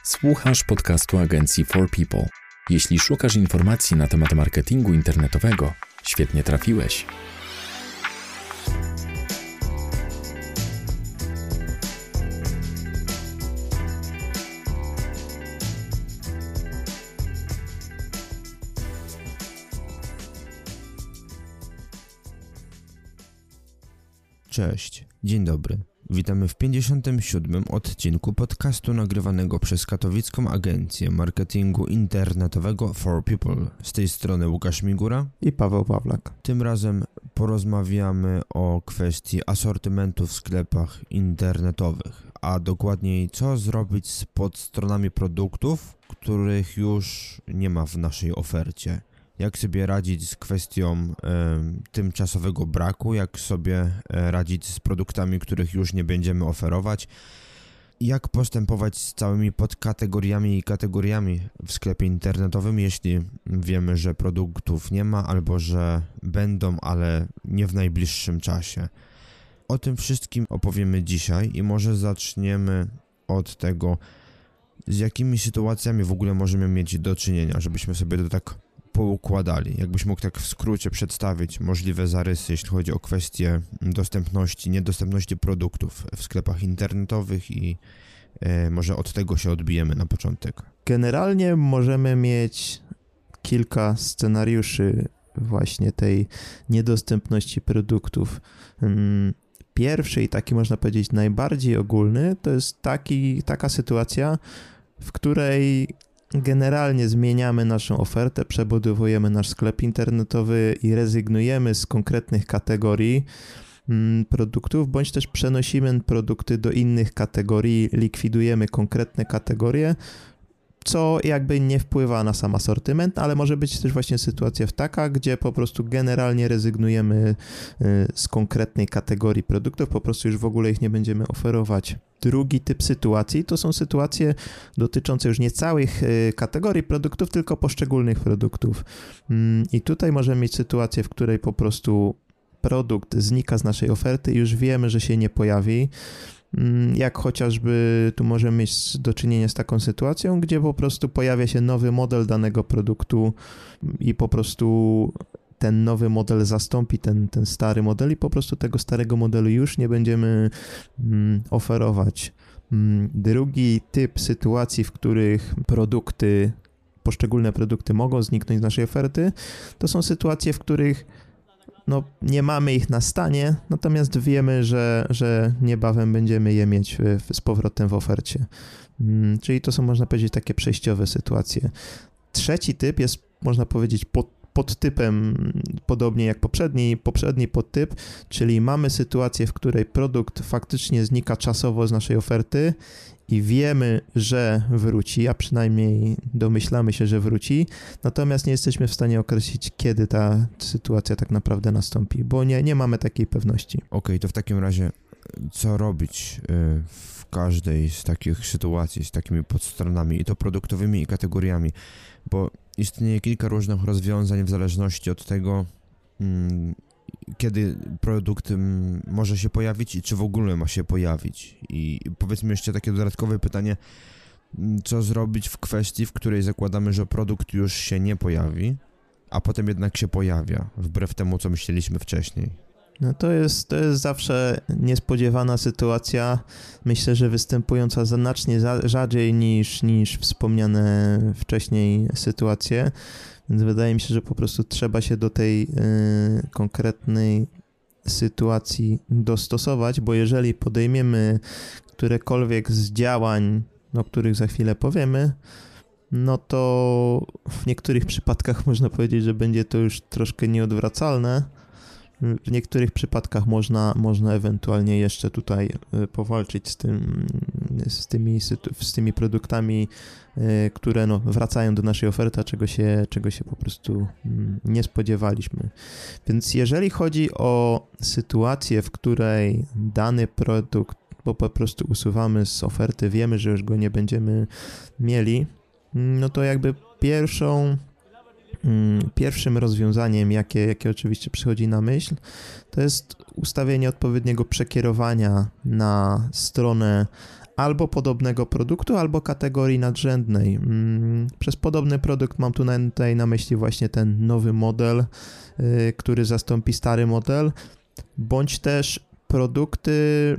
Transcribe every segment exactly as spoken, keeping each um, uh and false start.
Słuchasz podcastu agencji For People. Jeśli szukasz informacji na temat marketingu internetowego, świetnie trafiłeś. Cześć, dzień dobry. Witamy w pięćdziesiątym siódmym odcinku podcastu nagrywanego przez katowicką agencję marketingu internetowego For People. Z tej strony Łukasz Migura i Paweł Pawlak. Tym razem porozmawiamy o kwestii asortymentu w sklepach internetowych, a dokładniej co zrobić z podstronami produktów, których już nie ma w naszej ofercie. Jak sobie radzić z kwestią e, tymczasowego braku, jak sobie e, radzić z produktami, których już nie będziemy oferować, jak postępować z całymi podkategoriami i kategoriami w sklepie internetowym, jeśli wiemy, że produktów nie ma albo że będą, ale nie w najbliższym czasie. O tym wszystkim opowiemy dzisiaj i może zaczniemy od tego, z jakimi sytuacjami w ogóle możemy mieć do czynienia, żebyśmy sobie to tak poukładali. Jakbyś mógł tak w skrócie przedstawić możliwe zarysy, jeśli chodzi o kwestie dostępności, niedostępności produktów w sklepach internetowych i e, może od tego się odbijemy na początek. Generalnie możemy mieć kilka scenariuszy właśnie tej niedostępności produktów. Pierwszy i taki można powiedzieć najbardziej ogólny to jest taki, taka sytuacja, w której generalnie zmieniamy naszą ofertę, przebudowujemy nasz sklep internetowy i rezygnujemy z konkretnych kategorii produktów, bądź też przenosimy produkty do innych kategorii, likwidujemy konkretne kategorie, co jakby nie wpływa na sam asortyment, ale może być też właśnie sytuacja taka, gdzie po prostu generalnie rezygnujemy z konkretnej kategorii produktów, po prostu już w ogóle ich nie będziemy oferować. Drugi typ sytuacji to są sytuacje dotyczące już nie całych kategorii produktów, tylko poszczególnych produktów. I tutaj możemy mieć sytuację, w której po prostu produkt znika z naszej oferty i już wiemy, że się nie pojawi. Jak chociażby tu możemy mieć do czynienia z taką sytuacją, gdzie po prostu pojawia się nowy model danego produktu i po prostu ten nowy model zastąpi ten, ten stary model i po prostu tego starego modelu już nie będziemy mm, oferować. Drugi typ sytuacji, w których produkty, poszczególne produkty mogą zniknąć z naszej oferty, to są sytuacje, w których no, nie mamy ich na stanie, natomiast wiemy, że, że niebawem będziemy je mieć w, z powrotem w ofercie. Hmm, czyli to są, można powiedzieć, takie przejściowe sytuacje. Trzeci typ jest, można powiedzieć, pod, podtypem, podobnie jak poprzedni, poprzedni podtyp, czyli mamy sytuację, w której produkt faktycznie znika czasowo z naszej oferty i wiemy, że wróci, a przynajmniej domyślamy się, że wróci, natomiast nie jesteśmy w stanie określić, kiedy ta sytuacja tak naprawdę nastąpi, bo nie, nie mamy takiej pewności. Okej, okay, to w takim razie co robić w każdej z takich sytuacji, z takimi podstronami, i to produktowymi, i kategoriami, bo istnieje kilka różnych rozwiązań w zależności od tego, hmm, kiedy produkt może się pojawić i czy w ogóle ma się pojawić. I powiedzmy jeszcze takie dodatkowe pytanie, co zrobić w kwestii, w której zakładamy, że produkt już się nie pojawi, a potem jednak się pojawia, wbrew temu, co myśleliśmy wcześniej. No to jest, to jest zawsze niespodziewana sytuacja, myślę, że występująca znacznie rzadziej niż, niż wspomniane wcześniej sytuacje. Więc wydaje mi się, że po prostu trzeba się do tej y, konkretnej sytuacji dostosować, bo jeżeli podejmiemy którekolwiek z działań, o których za chwilę powiemy, no to w niektórych przypadkach można powiedzieć, że będzie to już troszkę nieodwracalne. W niektórych przypadkach można, można ewentualnie jeszcze tutaj powalczyć z, tym, z, tymi, z tymi produktami, które no, wracają do naszej oferty, czego się, czego się po prostu nie spodziewaliśmy. Więc jeżeli chodzi o sytuację, w której dany produkt bo po prostu usuwamy z oferty, wiemy, że już go nie będziemy mieli, no to jakby pierwszą Pierwszym rozwiązaniem, jakie, jakie oczywiście przychodzi na myśl, to jest ustawienie odpowiedniego przekierowania na stronę albo podobnego produktu, albo kategorii nadrzędnej. Przez podobny produkt mam tutaj na myśli właśnie ten nowy model, który zastąpi stary model, bądź też produkty,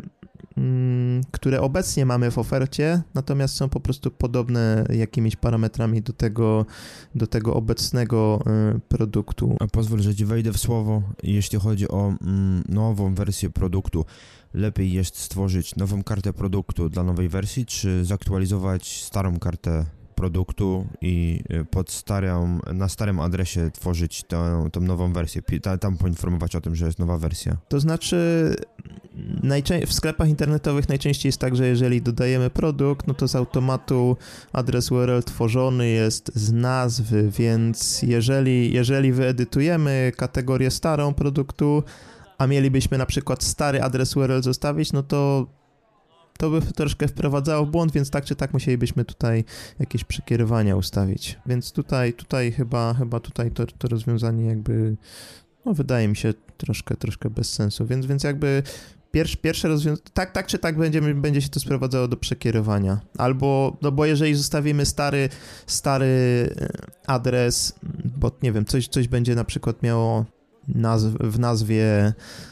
które obecnie mamy w ofercie, natomiast są po prostu podobne jakimiś parametrami do tego, do tego obecnego produktu. A pozwól, że ci wejdę w słowo. Jeśli chodzi o mm, nową wersję produktu, lepiej jest stworzyć nową kartę produktu dla nowej wersji, czy zaktualizować starą kartę produktu i pod starą, na starym adresie tworzyć tą, tą nową wersję, tam poinformować o tym, że jest nowa wersja? To znaczy najczę- w sklepach internetowych najczęściej jest tak, że jeżeli dodajemy produkt, no to z automatu adres U R L tworzony jest z nazwy, więc jeżeli, jeżeli wyedytujemy kategorię starą produktu, a mielibyśmy na przykład stary adres U R L zostawić, no to to by troszkę wprowadzało w błąd, więc tak czy tak musielibyśmy tutaj jakieś przekierowania ustawić. Więc tutaj, tutaj chyba, chyba tutaj to, to rozwiązanie jakby, no wydaje mi się troszkę, troszkę bez sensu, więc, więc jakby pierwsze, pierwsze rozwiązanie, tak, tak czy tak będziemy, będzie się to sprowadzało do przekierowania. Albo, no bo jeżeli zostawimy stary, stary adres, bo nie wiem, coś, coś będzie na przykład miało nazw, w nazwie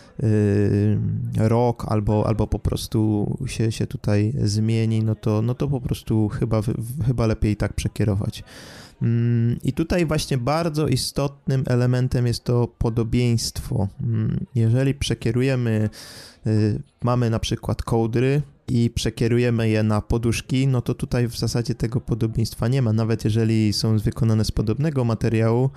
Yy, rok albo, albo po prostu się, się tutaj zmieni, no to, no to po prostu chyba, chyba lepiej tak przekierować. Yy, I tutaj właśnie bardzo istotnym elementem jest to podobieństwo. Yy, jeżeli przekierujemy, yy, mamy na przykład kołdry i przekierujemy je na poduszki, no to tutaj w zasadzie tego podobieństwa nie ma, nawet jeżeli są wykonane z podobnego materiału.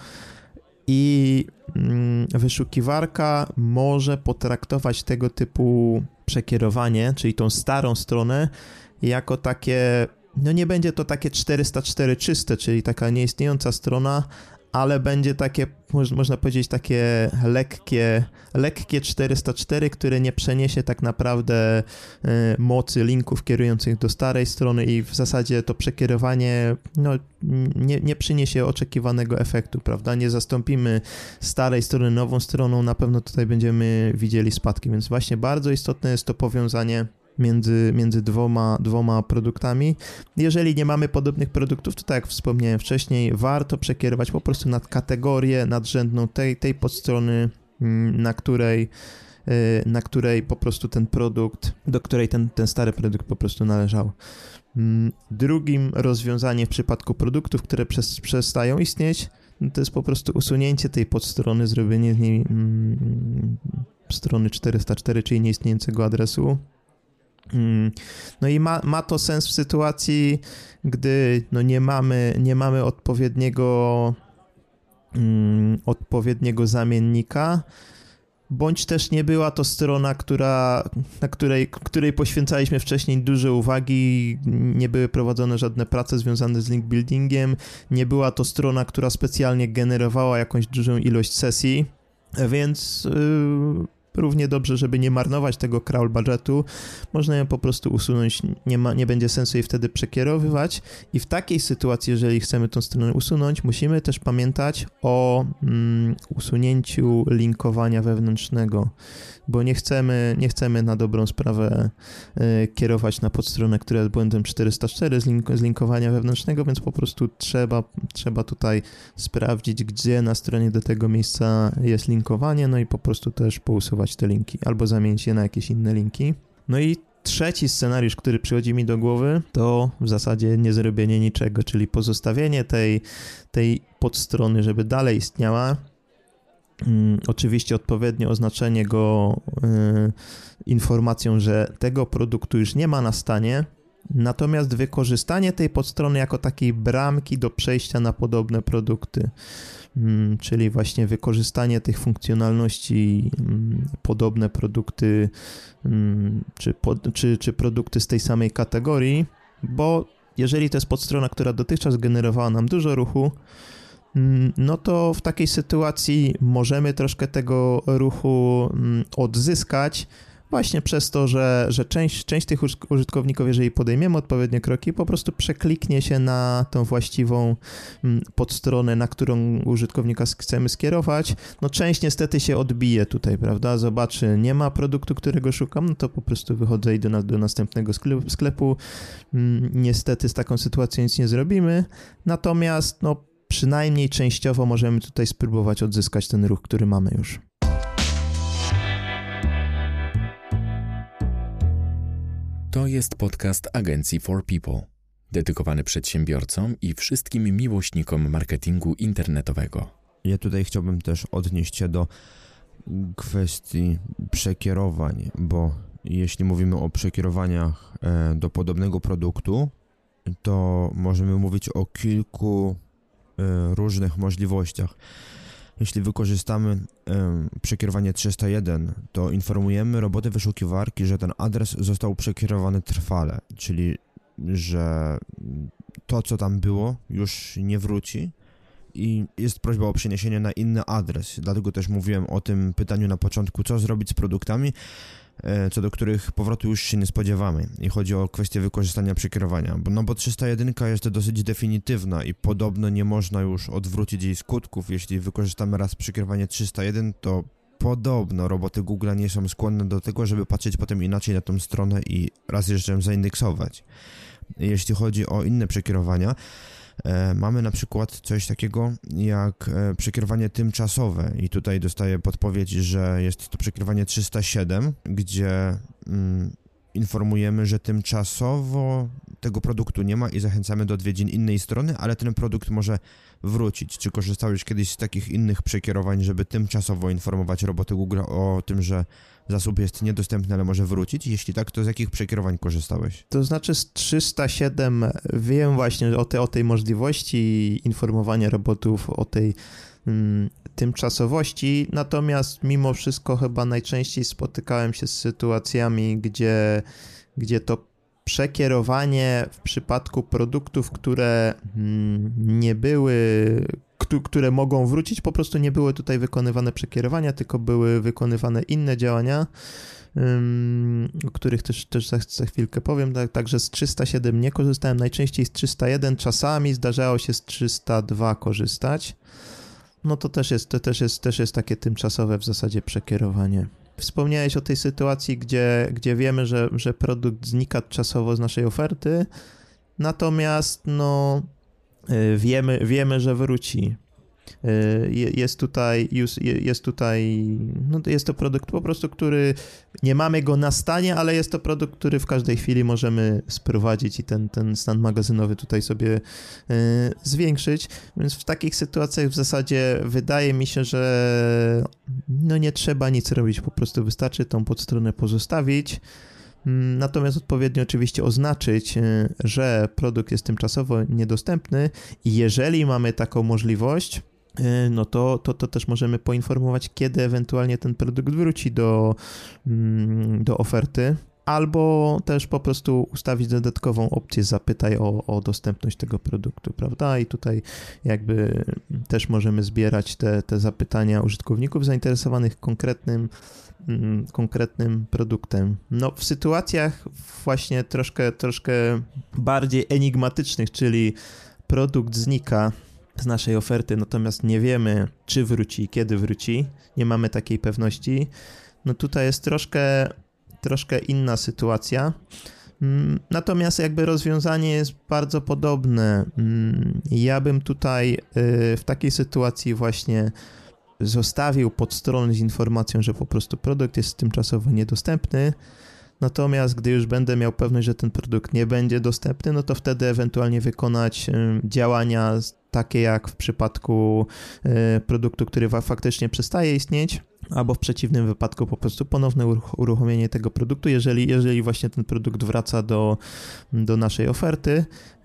I wyszukiwarka może potraktować tego typu przekierowanie, czyli tą starą stronę, jako takie, no nie będzie to takie czterysta cztery czyste, czyli taka nieistniejąca strona, ale będzie takie, można powiedzieć, takie lekkie, lekkie czterysta cztery, które nie przeniesie tak naprawdę mocy linków kierujących do starej strony i w zasadzie to przekierowanie no, nie, nie przyniesie oczekiwanego efektu, prawda? Nie zastąpimy starej strony nową stroną, na pewno tutaj będziemy widzieli spadki, więc właśnie bardzo istotne jest to powiązanie między, między dwoma, dwoma produktami. Jeżeli nie mamy podobnych produktów, to tak jak wspomniałem wcześniej, warto przekierować po prostu na kategorię nadrzędną tej, tej podstrony, na której, na której po prostu ten produkt, do której ten, ten stary produkt po prostu należał. Drugim rozwiązaniem w przypadku produktów, które przez, przestają istnieć, to jest po prostu usunięcie tej podstrony, zrobienie z niej mm, strony czterysta cztery, czyli nieistniejącego adresu. No i ma, ma to sens w sytuacji, gdy no nie mamy, nie mamy odpowiedniego, um, odpowiedniego zamiennika, bądź też nie była to strona, która, na której, której poświęcaliśmy wcześniej dużo uwagi, nie były prowadzone żadne prace związane z link buildingiem, nie była to strona, która specjalnie generowała jakąś dużą ilość sesji, więc Yy, równie dobrze, żeby nie marnować tego crawl budżetu, można ją po prostu usunąć, nie, ma, nie będzie sensu jej wtedy przekierowywać i w takiej sytuacji, jeżeli chcemy tą stronę usunąć, musimy też pamiętać o mm, usunięciu linkowania wewnętrznego, bo nie chcemy, nie chcemy na dobrą sprawę y, kierować na podstronę, która jest błędem czterysta cztery z, link, z linkowania wewnętrznego, więc po prostu trzeba, trzeba tutaj sprawdzić, gdzie na stronie do tego miejsca jest linkowanie, no i po prostu też pousuwać te linki, albo zamienić je na jakieś inne linki. No i trzeci scenariusz, który przychodzi mi do głowy, to w zasadzie nie zrobienie niczego, czyli pozostawienie tej, tej podstrony, żeby dalej istniała. Hmm, oczywiście odpowiednie oznaczenie go yy, informacją, że tego produktu już nie ma na stanie, natomiast wykorzystanie tej podstrony jako takiej bramki do przejścia na podobne produkty. Czyli właśnie wykorzystanie tych funkcjonalności, podobne produkty czy, czy, czy produkty z tej samej kategorii, bo jeżeli to jest podstrona, która dotychczas generowała nam dużo ruchu, no to w takiej sytuacji możemy troszkę tego ruchu odzyskać, właśnie przez to, że, że część, część tych użytkowników, jeżeli podejmiemy odpowiednie kroki, po prostu przekliknie się na tą właściwą podstronę, na którą użytkownika chcemy skierować. No część niestety się odbije tutaj, prawda? Zobaczy, nie ma produktu, którego szukam, no to po prostu wychodzę i do, do następnego sklepu. Niestety z taką sytuacją nic nie zrobimy. Natomiast no przynajmniej częściowo możemy tutaj spróbować odzyskać ten ruch, który mamy już. To jest podcast Agencji for People, dedykowany przedsiębiorcom i wszystkim miłośnikom marketingu internetowego. Ja tutaj chciałbym też odnieść się do kwestii przekierowań, bo jeśli mówimy o przekierowaniach do podobnego produktu, to możemy mówić o kilku różnych możliwościach. Jeśli wykorzystamy y, przekierowanie trzysta jeden, to informujemy roboty wyszukiwarki, że ten adres został przekierowany trwale, czyli że to, co tam było, już nie wróci i jest prośba o przeniesienie na inny adres. Dlatego też mówiłem o tym pytaniu na początku, co zrobić z produktami, co do których powrotu już się nie spodziewamy. I chodzi o kwestię wykorzystania przekierowania. Bo, no bo trzysta jeden jest dosyć definitywna i podobno nie można już odwrócić jej skutków. Jeśli wykorzystamy raz przekierowanie trzysta jeden, to podobno roboty Google'a nie są skłonne do tego, żeby patrzeć potem inaczej na tą stronę i raz jeszcze ją zaindeksować. Jeśli chodzi o inne przekierowania, E, mamy na przykład coś takiego jak e, przekierowanie tymczasowe i tutaj dostaję podpowiedź, że jest to przekierowanie trzysta siedem, gdzie mm, informujemy, że tymczasowo tego produktu nie ma i zachęcamy do odwiedzin innej strony, ale ten produkt może wrócić. Czy korzystałeś kiedyś z takich innych przekierowań, żeby tymczasowo informować roboty Google o tym, że zasób jest niedostępny, ale może wrócić? Jeśli tak, to z jakich przekierowań korzystałeś? To znaczy z trzysta siedem wiem właśnie o, te, o tej możliwości informowania robotów, o tej mm, tymczasowości, natomiast mimo wszystko chyba najczęściej spotykałem się z sytuacjami, gdzie, gdzie to przekierowanie w przypadku produktów, które mm, nie były, które mogą wrócić, po prostu nie były tutaj wykonywane przekierowania, tylko były wykonywane inne działania, um, o których też, też za, za chwilkę powiem. Tak, także z trzysta siedem nie korzystałem, najczęściej z trzysta jeden, czasami zdarzało się z trzysta dwa korzystać. No to też jest, to też jest, też jest takie tymczasowe w zasadzie przekierowanie. Wspomniałeś o tej sytuacji, gdzie, gdzie wiemy, że, że produkt znika czasowo z naszej oferty, natomiast no, wiemy, wiemy, że wróci. Jest tutaj, jest tutaj, no jest to produkt po prostu, który nie mamy go na stanie, ale jest to produkt, który w każdej chwili możemy sprowadzić i ten, ten stan magazynowy tutaj sobie y, zwiększyć, więc w takich sytuacjach w zasadzie wydaje mi się, że no nie trzeba nic robić, po prostu wystarczy tą podstronę pozostawić. Natomiast odpowiednio oczywiście oznaczyć, że produkt jest tymczasowo niedostępny i jeżeli mamy taką możliwość, no to, to, to też możemy poinformować, kiedy ewentualnie ten produkt wróci do, do oferty, albo też po prostu ustawić dodatkową opcję zapytaj o, o dostępność tego produktu, prawda? I tutaj jakby też możemy zbierać te, te zapytania użytkowników zainteresowanych konkretnym konkretnym produktem. No w sytuacjach właśnie troszkę, troszkę bardziej enigmatycznych, czyli produkt znika z naszej oferty, natomiast nie wiemy, czy wróci, kiedy wróci, nie mamy takiej pewności, no tutaj jest troszkę, troszkę inna sytuacja. Natomiast jakby rozwiązanie jest bardzo podobne. Ja bym tutaj w takiej sytuacji właśnie zostawił podstronę z informacją, że po prostu produkt jest tymczasowo niedostępny, natomiast gdy już będę miał pewność, że ten produkt nie będzie dostępny, no to wtedy ewentualnie wykonać działania takie jak w przypadku produktu, który faktycznie przestaje istnieć, albo w przeciwnym wypadku po prostu ponowne uruchomienie tego produktu, jeżeli, jeżeli właśnie ten produkt wraca do, do naszej oferty.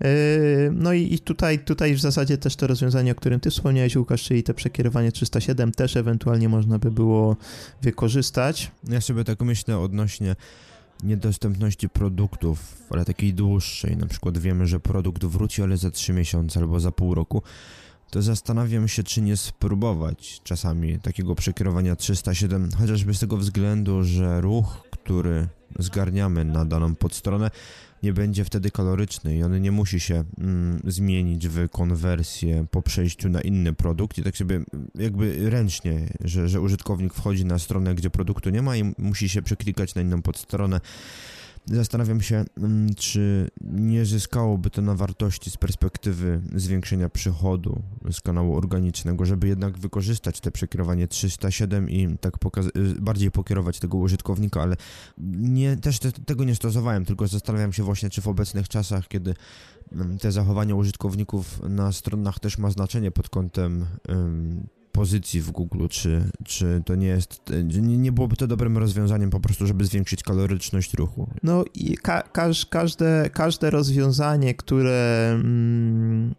No i, i tutaj, tutaj w zasadzie też to rozwiązanie, o którym ty wspomniałeś, Łukasz, czyli te przekierowanie trzysta siedem też ewentualnie można by było wykorzystać. Ja sobie tak myślę odnośnie niedostępności produktów, ale takiej dłuższej, na przykład wiemy, że produkt wróci, ale za trzy miesiące albo za pół roku, to zastanawiam się, czy nie spróbować czasami takiego przekierowania trzysta siedem, chociażby z tego względu, że ruch, który zgarniamy na daną podstronę, nie będzie wtedy kaloryczny i on nie musi się mm, zmienić w konwersję po przejściu na inny produkt i tak sobie jakby ręcznie, że, że użytkownik wchodzi na stronę, gdzie produktu nie ma i musi się przeklikać na inną podstronę. Zastanawiam się, czy nie zyskałoby to na wartości z perspektywy zwiększenia przychodu z kanału organicznego, żeby jednak wykorzystać te przekierowanie trzysta siedem i tak pokaz- bardziej pokierować tego użytkownika, ale nie, też te, tego nie stosowałem, tylko zastanawiam się właśnie, czy w obecnych czasach, kiedy te zachowania użytkowników na stronach też ma znaczenie pod kątem um, pozycji w Google, czy, czy to nie jest, nie, nie byłoby to dobrym rozwiązaniem po prostu, żeby zwiększyć kaloryczność ruchu. No i ka- każ, każde, każde rozwiązanie, które, mm,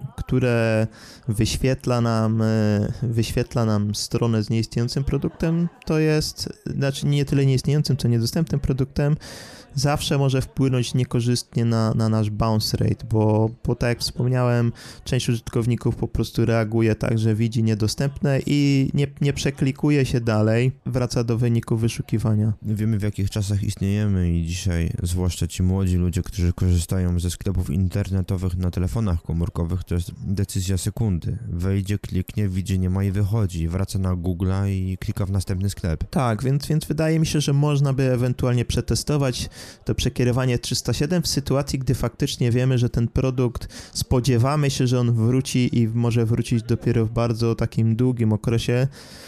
które wyświetla nam, wyświetla nam stronę z nieistniejącym produktem, to jest, znaczy nie tyle nieistniejącym, co niedostępnym produktem, zawsze może wpłynąć niekorzystnie na, na nasz bounce rate, bo, bo tak jak wspomniałem, część użytkowników po prostu reaguje tak, że widzi niedostępne i nie, nie przeklikuje się dalej, wraca do wyniku wyszukiwania. Wiemy, w jakich czasach istniejemy i dzisiaj, zwłaszcza ci młodzi ludzie, którzy korzystają ze sklepów internetowych na telefonach komórkowych, to jest decyzja sekundy. Wejdzie, kliknie, widzi, nie ma i wychodzi. Wraca na Google'a i klika w następny sklep. Tak, więc, więc wydaje mi się, że można by ewentualnie przetestować to przekierowanie trzysta siedem w sytuacji, gdy faktycznie wiemy, że ten produkt, spodziewamy się, że on wróci i może wrócić dopiero w bardzo takim długim okresie,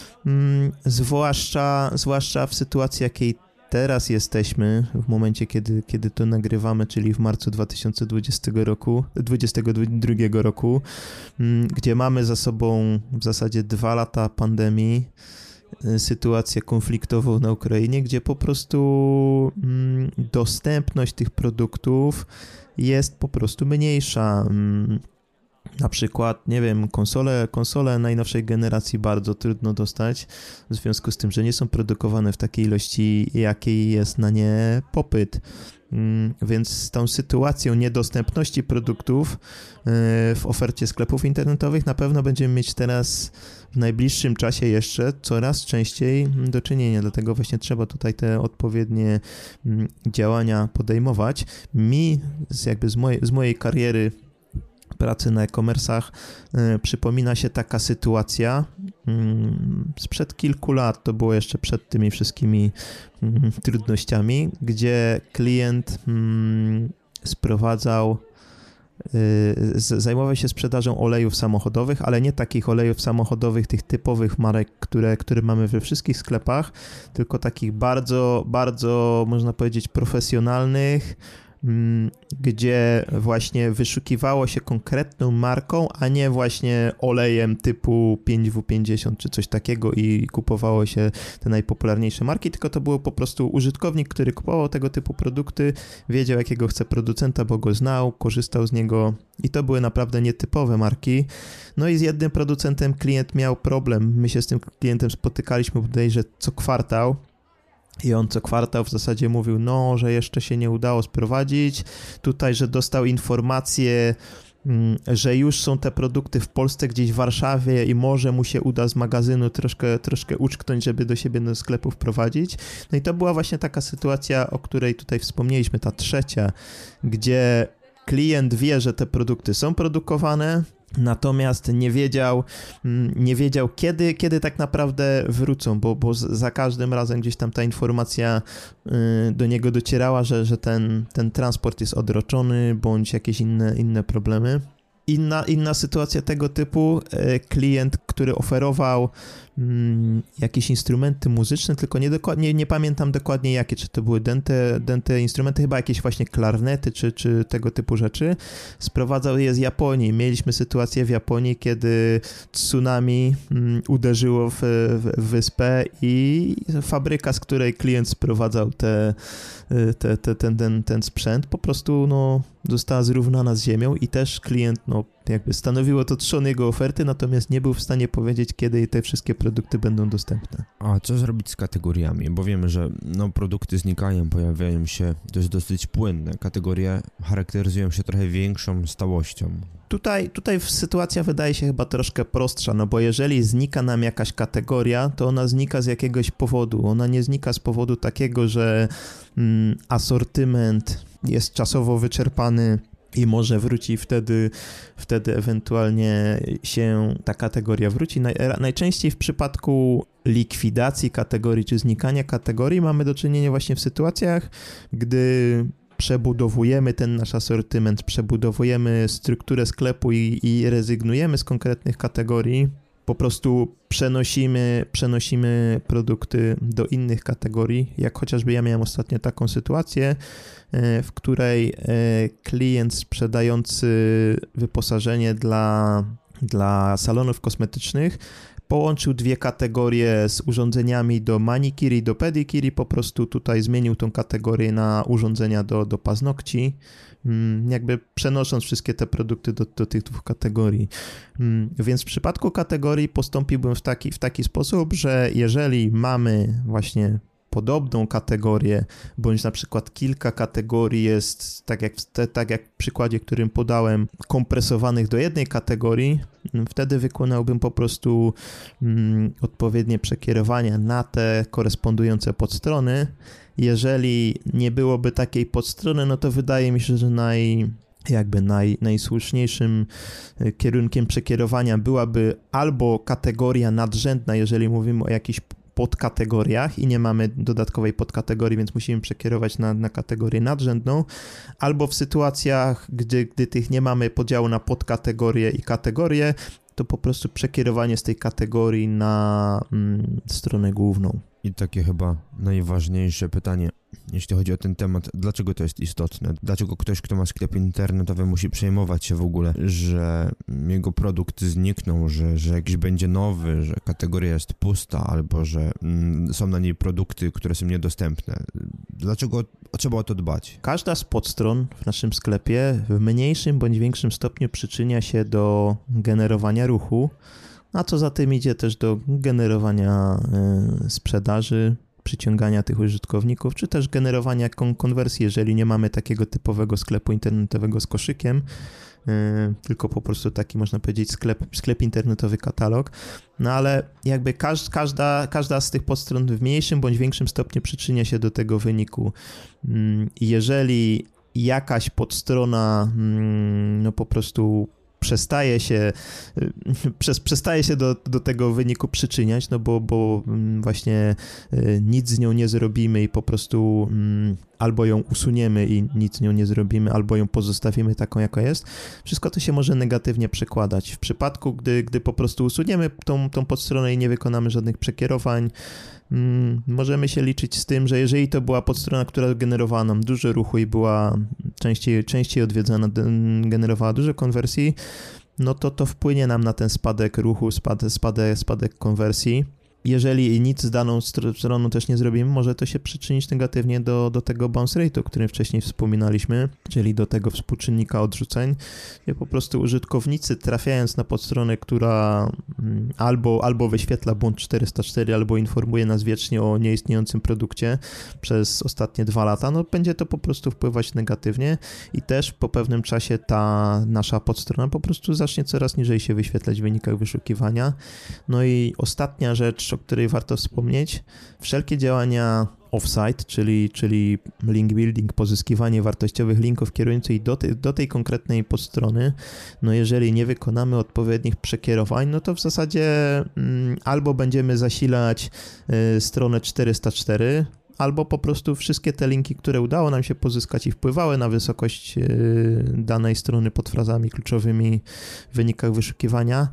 mm, zwłaszcza, zwłaszcza w sytuacji, jakiej teraz jesteśmy, w momencie, kiedy, kiedy to nagrywamy, czyli w marcu dwa tysiące dwudziestego roku, dwudziestego drugiego roku, mm, gdzie mamy za sobą w zasadzie dwa lata pandemii, sytuację konfliktową na Ukrainie, gdzie po prostu mm, dostępność tych produktów jest po prostu mniejsza. Mm, na przykład, nie wiem, konsole, konsole najnowszej generacji bardzo trudno dostać, w związku z tym, że nie są produkowane w takiej ilości, jakiej jest na nie popyt. Więc z tą sytuacją niedostępności produktów w ofercie sklepów internetowych na pewno będziemy mieć teraz w najbliższym czasie jeszcze coraz częściej do czynienia, dlatego właśnie trzeba tutaj te odpowiednie działania podejmować. Mi z jakby z mojej, z mojej kariery pracy na e-commerce'ach y, przypomina się taka sytuacja y, sprzed kilku lat, to było jeszcze przed tymi wszystkimi y, trudnościami, gdzie klient y, sprowadzał, y, z, zajmował się sprzedażą olejów samochodowych, ale nie takich olejów samochodowych, tych typowych marek, które, które mamy we wszystkich sklepach, tylko takich bardzo, bardzo, można powiedzieć, profesjonalnych, gdzie właśnie wyszukiwało się konkretną marką, a nie właśnie olejem typu pięć W pięćdziesiąt czy coś takiego i kupowało się te najpopularniejsze marki, tylko to był po prostu użytkownik, który kupował tego typu produkty, wiedział jakiego chce producenta, bo go znał, korzystał z niego i to były naprawdę nietypowe marki. No i z jednym producentem klient miał problem. My się z tym klientem spotykaliśmy bodajże co kwartał. I on co kwartał w zasadzie mówił, no, że jeszcze się nie udało sprowadzić, tutaj, że dostał informację, że już są te produkty w Polsce, gdzieś w Warszawie i może mu się uda z magazynu troszkę, troszkę uczknąć, żeby do siebie do sklepu wprowadzić. No i to była właśnie taka sytuacja, o której tutaj wspomnieliśmy, ta trzecia, gdzie klient wie, że te produkty są produkowane, natomiast nie wiedział, nie wiedział kiedy, kiedy tak naprawdę wrócą, bo, bo za każdym razem gdzieś tam ta informacja do niego docierała, że, że ten, ten transport jest odroczony, bądź jakieś inne, inne problemy. Inna, inna sytuacja tego typu, klient, który oferował mm, jakieś instrumenty muzyczne, tylko nie, dokładnie, nie pamiętam dokładnie jakie, czy to były dęte, dęte instrumenty, chyba jakieś właśnie klarnety, czy, czy tego typu rzeczy, sprowadzał je z Japonii. Mieliśmy sytuację w Japonii, kiedy tsunami mm, uderzyło w, w wyspę i fabryka, z której klient sprowadzał te, te, te, ten, ten, ten sprzęt, po prostu no, została zrównana z ziemią i też klient no, jakby stanowiło to trzon jego oferty, natomiast nie był w stanie powiedzieć, kiedy te wszystkie produkty będą dostępne. A co zrobić z kategoriami? Bo wiemy, że no, produkty znikają, pojawiają się, to jest dosyć płynne. Kategorie charakteryzują się trochę większą stałością. Tutaj, tutaj sytuacja wydaje się chyba troszkę prostsza, no bo jeżeli znika nam jakaś kategoria, to ona znika z jakiegoś powodu. Ona nie znika z powodu takiego, że mm, asortyment jest czasowo wyczerpany i może wróci wtedy, wtedy ewentualnie się ta kategoria wróci. Naj, najczęściej w przypadku likwidacji kategorii czy znikania kategorii mamy do czynienia właśnie w sytuacjach, gdy przebudowujemy ten nasz asortyment, przebudowujemy strukturę sklepu i, i rezygnujemy z konkretnych kategorii, po prostu przenosimy, przenosimy produkty do innych kategorii, jak chociażby ja miałem ostatnio taką sytuację, w której klient sprzedający wyposażenie dla, dla salonów kosmetycznych połączył dwie kategorie z urządzeniami do manikiri, do pedikiri, po prostu tutaj zmienił tą kategorię na urządzenia do, do paznokci, jakby przenosząc wszystkie te produkty do, do tych dwóch kategorii. Więc w przypadku kategorii postąpiłbym w taki, w taki sposób, że jeżeli mamy właśnie podobną kategorię, bądź na przykład kilka kategorii jest, tak jak, te, tak jak w przykładzie, którym podałem, kompresowanych do jednej kategorii, wtedy wykonałbym po prostu mm, odpowiednie przekierowania na te korespondujące podstrony. Jeżeli nie byłoby takiej podstrony, no to wydaje mi się, że naj... jakby naj, najsłuszniejszym kierunkiem przekierowania byłaby albo kategoria nadrzędna, jeżeli mówimy o jakichś podkategoriach i nie mamy dodatkowej podkategorii, więc musimy przekierować na, na kategorię nadrzędną, albo w sytuacjach, gdy, gdy tych nie mamy podziału na podkategorie i kategorie, to po prostu przekierowanie z tej kategorii na mm, stronę główną. I takie chyba najważniejsze pytanie, jeśli chodzi o ten temat, dlaczego to jest istotne? Dlaczego ktoś, kto ma sklep internetowy, musi przejmować się w ogóle, że jego produkt zniknął, że, że jakiś będzie nowy, że kategoria jest pusta, albo że mm, są na niej produkty, które są niedostępne? Dlaczego trzeba o to dbać? Każda z podstron w naszym sklepie w mniejszym bądź większym stopniu przyczynia się do generowania ruchu, a co za tym idzie też do generowania y, sprzedaży, przyciągania tych użytkowników, czy też generowania kon- konwersji, jeżeli nie mamy takiego typowego sklepu internetowego z koszykiem, y, tylko po prostu taki, można powiedzieć, sklep, sklep internetowy, katalog. No ale jakby każ, każda, każda z tych podstron w mniejszym bądź większym stopniu przyczynia się do tego wyniku. Y, jeżeli jakaś podstrona y, no po prostu przestaje się, przez, przestaje się do, do tego wyniku przyczyniać, no bo, bo właśnie nic z nią nie zrobimy i po prostu albo ją usuniemy i nic z nią nie zrobimy, albo ją pozostawimy taką, jaka jest. Wszystko to się może negatywnie przekładać. W przypadku, gdy, gdy po prostu usuniemy tą, tą podstronę i nie wykonamy żadnych przekierowań, Hmm, możemy się liczyć z tym, że jeżeli to była podstrona, która generowała nam dużo ruchu i była częściej, częściej odwiedzana, generowała dużo konwersji, no to to wpłynie nam na ten spadek ruchu, spadek, spadek, spadek konwersji. Jeżeli nic z daną stroną też nie zrobimy, może to się przyczynić negatywnie do, do tego bounce rate'u, o którym wcześniej wspominaliśmy, czyli do tego współczynnika odrzuceń, gdzie po prostu użytkownicy, trafiając na podstronę, która albo, albo wyświetla błąd czterysta cztery, albo informuje nas wiecznie o nieistniejącym produkcie przez ostatnie dwa lata, no będzie to po prostu wpływać negatywnie i też po pewnym czasie ta nasza podstrona po prostu zacznie coraz niżej się wyświetlać w wynikach wyszukiwania. No i ostatnia rzecz, o której warto wspomnieć, wszelkie działania off-site, czyli, czyli link building, pozyskiwanie wartościowych linków kierujących do tej, do tej konkretnej podstrony, no jeżeli nie wykonamy odpowiednich przekierowań, no to w zasadzie mm, albo będziemy zasilać y, stronę czterysta cztery, albo po prostu wszystkie te linki, które udało nam się pozyskać i wpływały na wysokość y, danej strony pod frazami kluczowymi w wynikach wyszukiwania,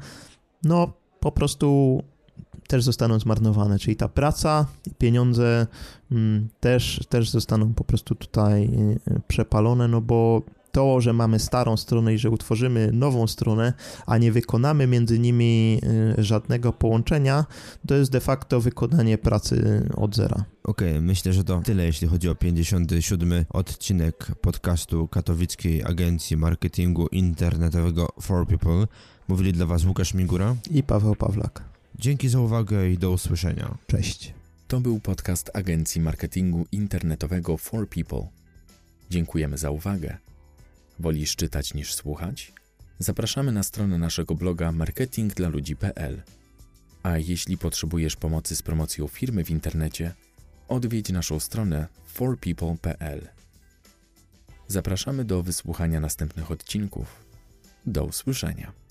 no po prostu też zostaną zmarnowane, czyli ta praca i pieniądze mm, też, też zostaną po prostu tutaj y, przepalone, no bo to, że mamy starą stronę i że utworzymy nową stronę, a nie wykonamy między nimi żadnego połączenia, to jest de facto wykonanie pracy od zera. Okej, okay, myślę, że to tyle, jeśli chodzi o pięćdziesiąty siódmy odcinek podcastu Katowickiej Agencji Marketingu Internetowego For People. Mówili dla Was Łukasz Migura i Paweł Pawlak. Dzięki za uwagę i do usłyszenia. Cześć. To był podcast Agencji Marketingu Internetowego For People. Dziękujemy za uwagę. Wolisz czytać niż słuchać? Zapraszamy na stronę naszego bloga marketing dla ludzi kropka p l. A jeśli potrzebujesz pomocy z promocją firmy w internecie, odwiedź naszą stronę for people kropka p l. Zapraszamy do wysłuchania następnych odcinków. Do usłyszenia.